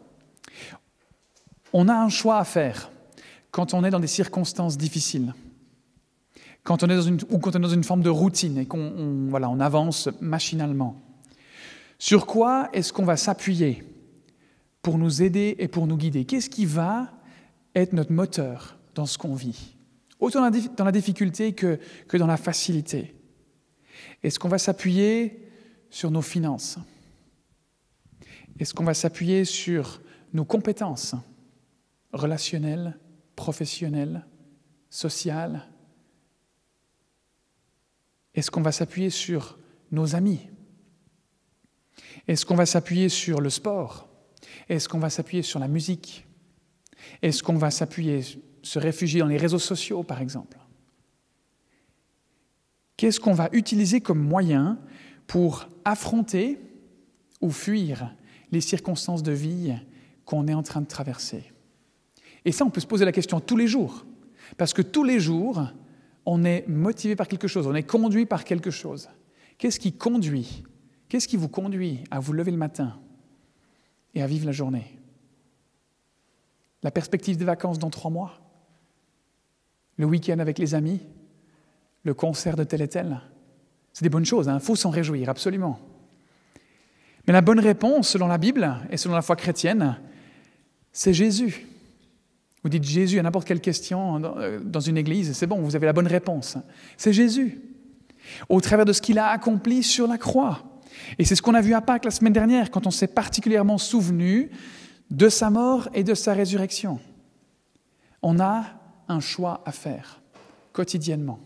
On a un choix à faire quand on est dans des circonstances difficiles, quand on est dans une forme de routine et qu'on avance machinalement. Sur quoi est-ce qu'on va s'appuyer pour nous aider et pour nous guider ? Qu'est-ce qui va être notre moteur dans ce qu'on vit ? Autant dans la difficulté que dans la facilité. Est-ce qu'on va s'appuyer sur nos finances ? Est-ce qu'on va s'appuyer sur nos compétences relationnelles, professionnelles, sociales ? Est-ce qu'on va s'appuyer sur nos amis ? Est-ce qu'on va s'appuyer sur le sport ? Est-ce qu'on va s'appuyer sur la musique ? Est-ce qu'on va se réfugier dans les réseaux sociaux, par exemple ? Qu'est-ce qu'on va utiliser comme moyen pour affronter ou fuir les circonstances de vie qu'on est en train de traverser ? Et ça, on peut se poser la question tous les jours. Parce que tous les jours, on est motivé par quelque chose, on est conduit par quelque chose. Qu'est-ce qui vous conduit à vous lever le matin et à vivre la journée ? La perspective des vacances dans 3 mois ? Le week-end avec les amis ? Le concert de tel et tel ? C'est des bonnes choses, il faut s'en réjouir, absolument. Mais la bonne réponse, selon la Bible et selon la foi chrétienne, c'est Jésus. Vous dites Jésus à n'importe quelle question dans une église, c'est bon, vous avez la bonne réponse. C'est Jésus, au travers de ce qu'il a accompli sur la croix. Et c'est ce qu'on a vu à Pâques la semaine dernière, quand on s'est particulièrement souvenu de sa mort et de sa résurrection. On a un choix à faire, quotidiennement.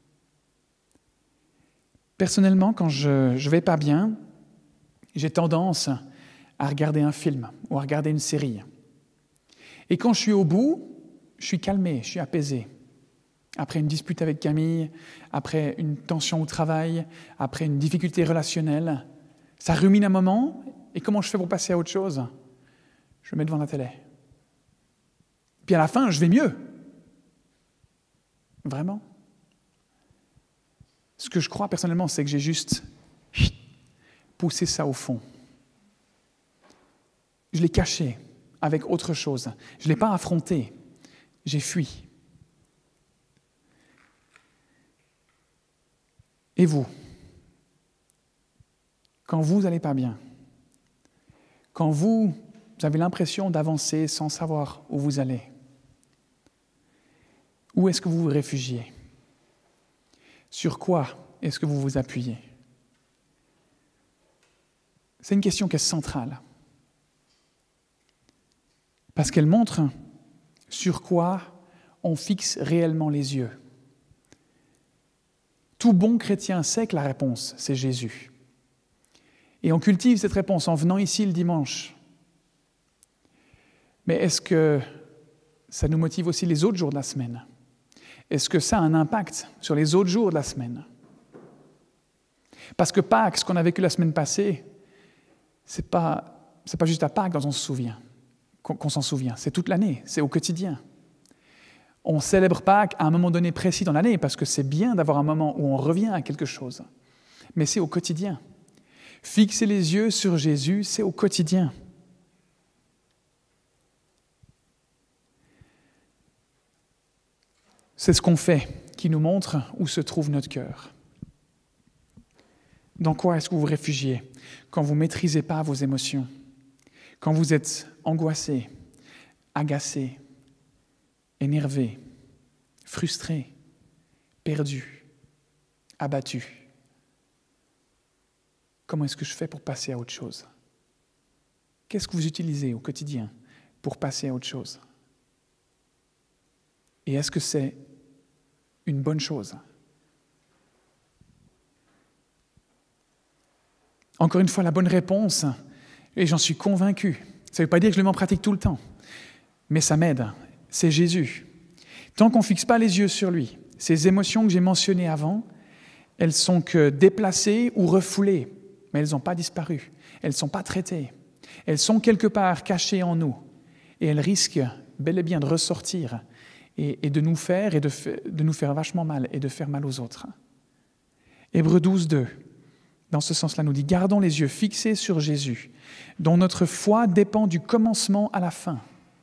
Personnellement, quand je vais pas bien, j'ai tendance à regarder un film ou à regarder une série. Et quand je suis au bout, je suis calmé, je suis apaisé. Après une dispute avec Camille, après une tension au travail, après une difficulté relationnelle, ça rumine un moment, et comment je fais pour passer à autre chose ? Je me mets devant la télé. Puis à la fin, je vais mieux. Vraiment ? Ce que je crois personnellement, c'est que j'ai juste poussé ça au fond. Je l'ai caché avec autre chose. Je ne l'ai pas affronté. J'ai fui. Et vous, quand vous n'allez pas bien, quand vous avez l'impression d'avancer sans savoir où vous allez, où est-ce que vous vous réfugiez ? Sur quoi est-ce que vous vous appuyez ? C'est une question qui est centrale. Parce qu'elle montre sur quoi on fixe réellement les yeux. Tout bon chrétien sait que la réponse, c'est Jésus. Et on cultive cette réponse en venant ici le dimanche. Mais est-ce que ça nous motive aussi les autres jours de la semaine? Est-ce que ça a un impact sur les autres jours de la semaine? Parce que Pâques, ce qu'on a vécu la semaine passée, c'est pas juste à Pâques dont on se souvient, qu'on s'en souvient. C'est toute l'année, c'est au quotidien. On célèbre Pâques à un moment donné précis dans l'année parce que c'est bien d'avoir un moment où on revient à quelque chose. Mais c'est au quotidien. Fixer les yeux sur Jésus, c'est au quotidien. C'est ce qu'on fait qui nous montre où se trouve notre cœur. Dans quoi est-ce que vous vous réfugiez quand vous ne maîtrisez pas vos émotions, quand vous êtes angoissé, agacé, énervé, frustré, perdu, abattu? Comment est-ce que je fais pour passer à autre chose? Qu'est-ce que vous utilisez au quotidien pour passer à autre chose? Et est-ce que c'est une bonne chose? Encore une fois, la bonne réponse, et j'en suis convaincu, ça ne veut pas dire que je le mets en pratique tout le temps, mais ça m'aide, c'est Jésus. Tant qu'on ne fixe pas les yeux sur lui, ces émotions que j'ai mentionnées avant, elles sont que déplacées ou refoulées, mais elles n'ont pas disparu, elles ne sont pas traitées. Elles sont quelque part cachées en nous, et elles risquent bel et bien de ressortir et de nous faire vachement mal et de faire mal aux autres. Hébreux 12, 2, dans ce sens-là, nous dit « Gardons les yeux fixés sur Jésus, dont notre foi dépend du commencement à la fin.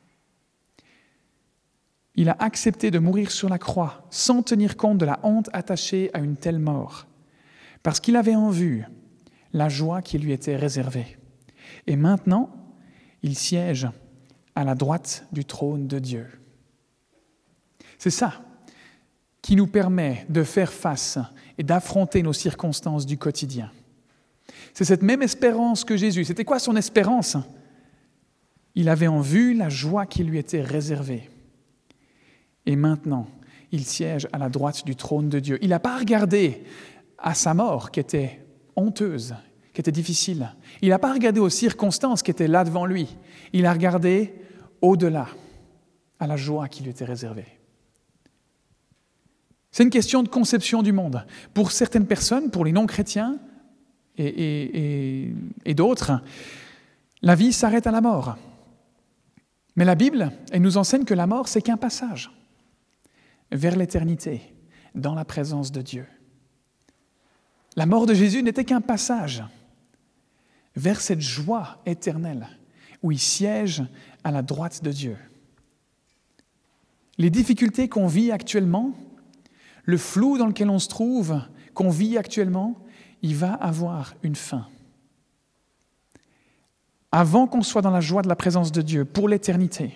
Il a accepté de mourir sur la croix sans tenir compte de la honte attachée à une telle mort, parce qu'il avait en vue la joie qui lui était réservée. Et maintenant, il siège à la droite du trône de Dieu. » C'est ça qui nous permet de faire face et d'affronter nos circonstances du quotidien. C'est cette même espérance que Jésus. C'était quoi son espérance? Il avait en vue la joie qui lui était réservée. Et maintenant, il siège à la droite du trône de Dieu. Il n'a pas regardé à sa mort qui était honteuse, qui était difficile. Il n'a pas regardé aux circonstances qui étaient là devant lui. Il a regardé au-delà, à la joie qui lui était réservée. C'est une question de conception du monde. Pour certaines personnes, pour les non-chrétiens et d'autres, la vie s'arrête à la mort. Mais la Bible, elle nous enseigne que la mort, c'est qu'un passage vers l'éternité, dans la présence de Dieu. La mort de Jésus n'était qu'un passage vers cette joie éternelle où il siège à la droite de Dieu. Les difficultés qu'on vit actuellement, le flou dans lequel on se trouve, qu'on vit actuellement, il va avoir une fin. Avant qu'on soit dans la joie de la présence de Dieu, pour l'éternité.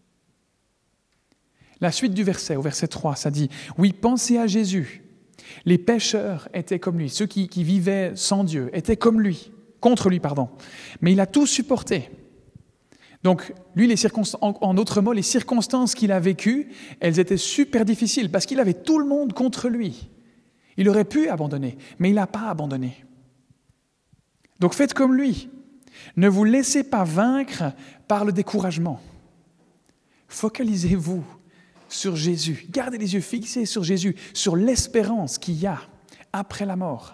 La suite du verset, au verset 3, ça dit « Oui, pensez à Jésus. Les pécheurs étaient comme lui. Ceux qui vivaient sans Dieu étaient comme lui, contre lui, pardon. Mais il a tout supporté. » Donc, lui, en d'autres mots, les circonstances qu'il a vécues, elles étaient super difficiles parce qu'il avait tout le monde contre lui. Il aurait pu abandonner, mais il n'a pas abandonné. Donc, faites comme lui. Ne vous laissez pas vaincre par le découragement. Focalisez-vous sur Jésus. Gardez les yeux fixés sur Jésus, sur l'espérance qu'il y a après la mort.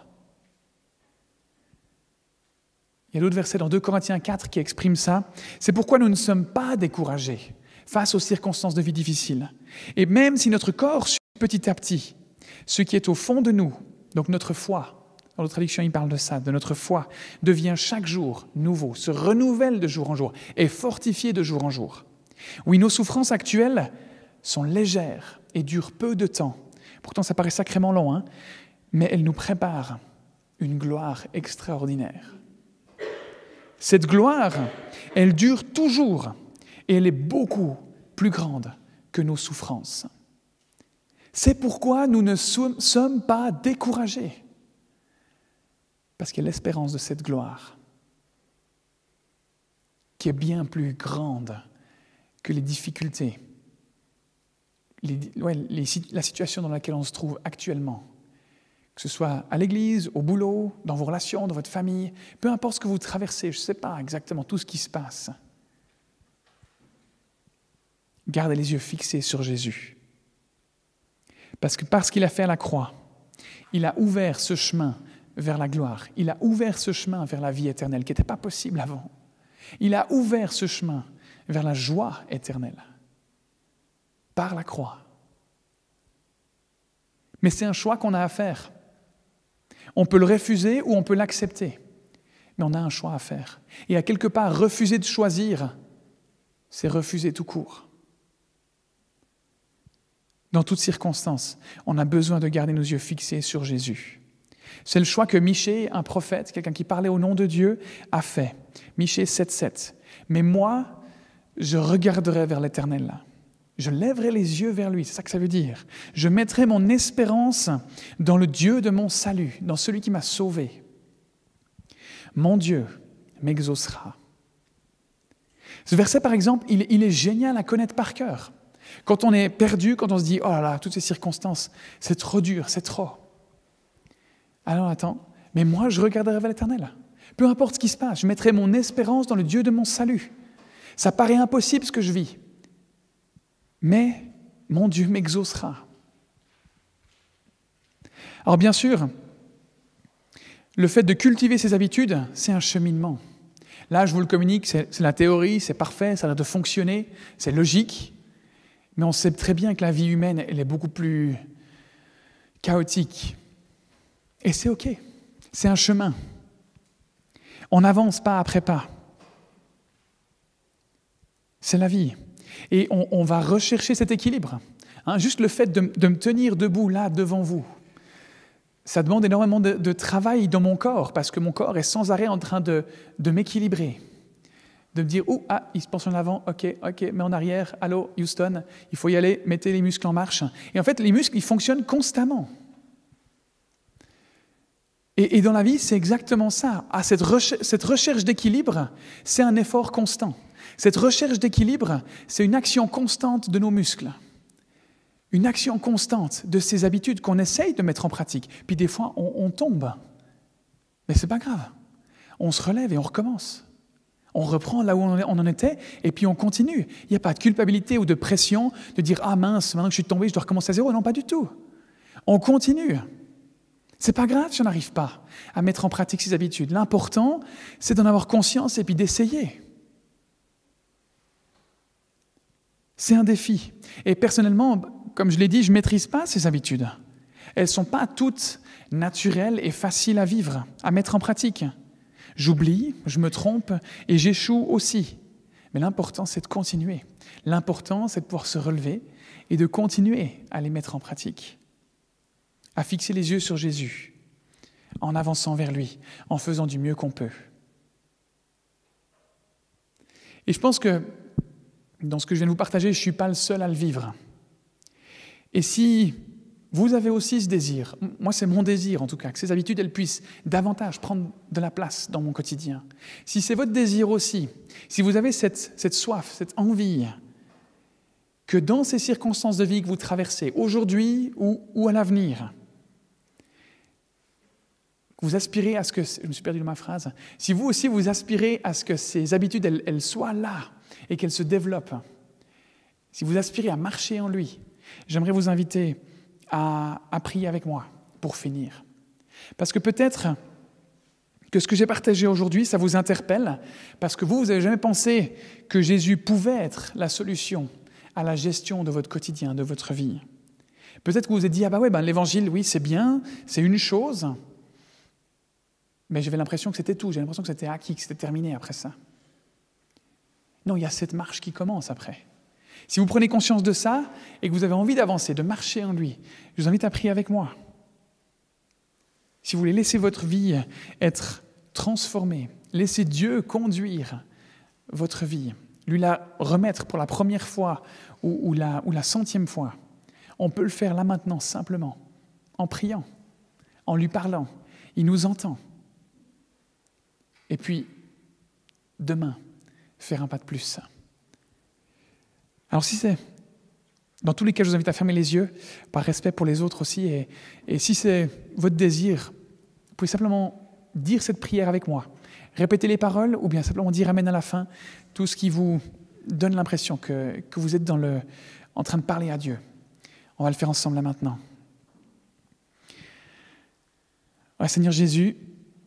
Il y a d'autres versets dans 2 Corinthiens 4 qui expriment ça. C'est pourquoi nous ne sommes pas découragés face aux circonstances de vie difficiles. Et même si notre corps suit petit à petit ce qui est au fond de nous, donc notre foi, dans notre traduction il parle de ça, de notre foi, devient chaque jour nouveau, se renouvelle de jour en jour et fortifié de jour en jour. Oui, nos souffrances actuelles sont légères et durent peu de temps. Pourtant, ça paraît sacrément long, mais elles nous préparent une gloire extraordinaire. Cette gloire, elle dure toujours et elle est beaucoup plus grande que nos souffrances. C'est pourquoi nous ne sommes pas découragés, parce qu'il y a l'espérance de cette gloire. qui est bien plus grande que les difficultés, la situation dans laquelle on se trouve actuellement. Que ce soit à l'église, au boulot, dans vos relations, dans votre famille, peu importe ce que vous traversez, je ne sais pas exactement tout ce qui se passe. Gardez les yeux fixés sur Jésus. Parce qu'il a fait à la croix, il a ouvert ce chemin vers la gloire. Il a ouvert ce chemin vers la vie éternelle qui n'était pas possible avant. Il a ouvert ce chemin vers la joie éternelle par la croix. Mais c'est un choix qu'on a à faire. On peut le refuser ou on peut l'accepter. Mais on a un choix à faire. Et à quelque part, refuser de choisir, c'est refuser tout court. Dans toutes circonstances, on a besoin de garder nos yeux fixés sur Jésus. C'est le choix que Michée, un prophète, quelqu'un qui parlait au nom de Dieu, a fait. Michée 7,7. Mais moi, je regarderai vers l'Éternel. Je lèverai les yeux vers lui, c'est ça que ça veut dire. Je mettrai mon espérance dans le Dieu de mon salut, dans celui qui m'a sauvé. Mon Dieu m'exaucera. Ce verset, par exemple, il est génial à connaître par cœur. Quand on est perdu, quand on se dit « Oh là là, toutes ces circonstances, c'est trop dur, c'est trop. » Alors attends, mais moi je regarderai vers l'Éternel. Peu importe ce qui se passe, je mettrai mon espérance dans le Dieu de mon salut. Ça paraît impossible ce que je vis. Mais mon Dieu m'exaucera. Alors bien sûr, le fait de cultiver ces habitudes, c'est un cheminement. Là, je vous le communique, c'est la théorie, c'est parfait, ça a l'air de fonctionner, c'est logique. Mais on sait très bien que la vie humaine, elle est beaucoup plus chaotique. Et c'est OK, c'est un chemin. On avance pas après pas. C'est la vie. Et on va rechercher cet équilibre. Juste le fait de me tenir debout là, devant vous, ça demande énormément de travail dans mon corps, parce que mon corps est sans arrêt en train de m'équilibrer. De me dire, il se penche en avant, ok, mais en arrière, allô, Houston, il faut y aller, mettez les muscles en marche. Et en fait, les muscles, ils fonctionnent constamment. Et dans la vie, c'est exactement ça. Cette recherche d'équilibre, c'est un effort constant. Cette recherche d'équilibre, c'est une action constante de nos muscles. Une action constante de ces habitudes qu'on essaye de mettre en pratique. Puis des fois, on tombe. Mais c'est pas grave. On se relève et on recommence. On reprend là où on en était et puis on continue. Il n'y a pas de culpabilité ou de pression de dire « Ah mince, maintenant que je suis tombé, je dois recommencer à zéro. » Non, pas du tout. On continue. C'est pas grave si on n'arrive pas à mettre en pratique ces habitudes. L'important, c'est d'en avoir conscience et puis d'essayer. C'est un défi. Et personnellement, comme je l'ai dit, je ne maîtrise pas ces habitudes. Elles ne sont pas toutes naturelles et faciles à vivre, à mettre en pratique. J'oublie, je me trompe et j'échoue aussi. Mais l'important, c'est de continuer. L'important, c'est de pouvoir se relever et de continuer à les mettre en pratique. À fixer les yeux sur Jésus, en avançant vers lui, en faisant du mieux qu'on peut. Et je pense que dans ce que je viens de vous partager, je ne suis pas le seul à le vivre. Et si vous avez aussi ce désir, moi c'est mon désir en tout cas, que ces habitudes elles puissent davantage prendre de la place dans mon quotidien. Si c'est votre désir aussi, si vous avez cette soif, cette envie, que dans ces circonstances de vie que vous traversez, aujourd'hui ou à l'avenir, vous aspirez à ce que, je me suis perdu dans ma phrase, si vous aussi vous aspirez à ce que ces habitudes elles soient là et qu'elles se développent, si vous aspirez à marcher en lui, j'aimerais vous inviter à prier avec moi pour finir. Parce que peut-être que ce que j'ai partagé aujourd'hui, ça vous interpelle, parce que vous n'avez jamais pensé que Jésus pouvait être la solution à la gestion de votre quotidien, de votre vie. Peut-être que vous vous êtes dit, l'évangile, oui, c'est bien, c'est une chose, mais j'avais l'impression que c'était tout, j'avais l'impression que c'était acquis, que c'était terminé après ça. Non, il y a cette marche qui commence après. Si vous prenez conscience de ça et que vous avez envie d'avancer, de marcher en lui, je vous invite à prier avec moi. Si vous voulez laisser votre vie être transformée, laisser Dieu conduire votre vie, lui la remettre pour la première fois ou la 100e fois, on peut le faire là maintenant, simplement, en priant, en lui parlant. Il nous entend. Et puis, demain, faire un pas de plus. Alors si c'est dans tous les cas, je vous invite à fermer les yeux, par respect pour les autres aussi, et si c'est votre désir, vous pouvez simplement dire cette prière avec moi, répéter les paroles, ou bien simplement dire Amen à la fin, tout ce qui vous donne l'impression que vous êtes en train de parler à Dieu. On va le faire ensemble là maintenant. Ouais, Seigneur Jésus,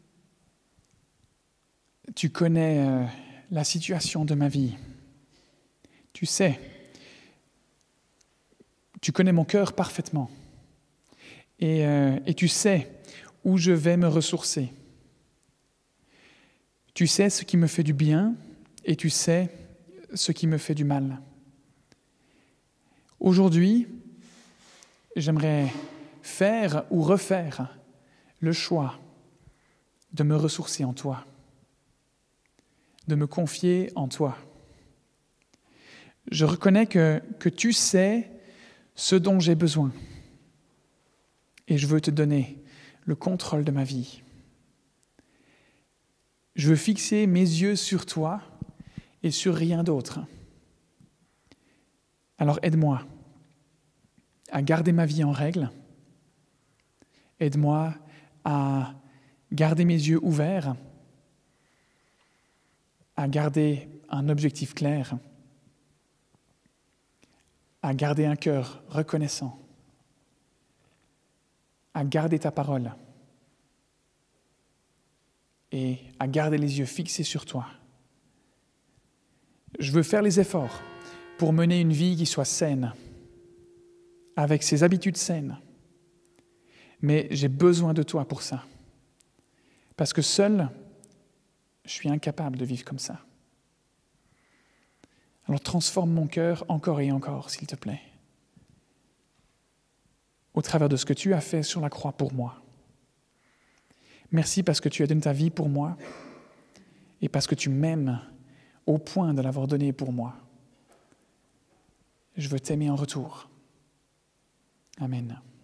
tu connais la situation de ma vie. Tu sais, tu connais mon cœur parfaitement. Et tu sais où je vais me ressourcer. Tu sais ce qui me fait du bien et tu sais ce qui me fait du mal. Aujourd'hui, j'aimerais faire ou refaire le choix de me ressourcer en toi, de me confier en toi. Je reconnais que tu sais ce dont j'ai besoin et je veux te donner le contrôle de ma vie. Je veux fixer mes yeux sur toi et sur rien d'autre. Alors aide-moi à garder ma vie en règle. Aide-moi à garder mes yeux ouverts, à garder un objectif clair, à garder un cœur reconnaissant, à garder ta parole et à garder les yeux fixés sur toi. Je veux faire les efforts pour mener une vie qui soit saine, avec ses habitudes saines. Mais j'ai besoin de toi pour ça. Parce que seul, je suis incapable de vivre comme ça. Alors transforme mon cœur encore et encore, s'il te plaît. Au travers de ce que tu as fait sur la croix pour moi. Merci parce que tu as donné ta vie pour moi et parce que tu m'aimes au point de l'avoir donné pour moi. Je veux t'aimer en retour. Amen.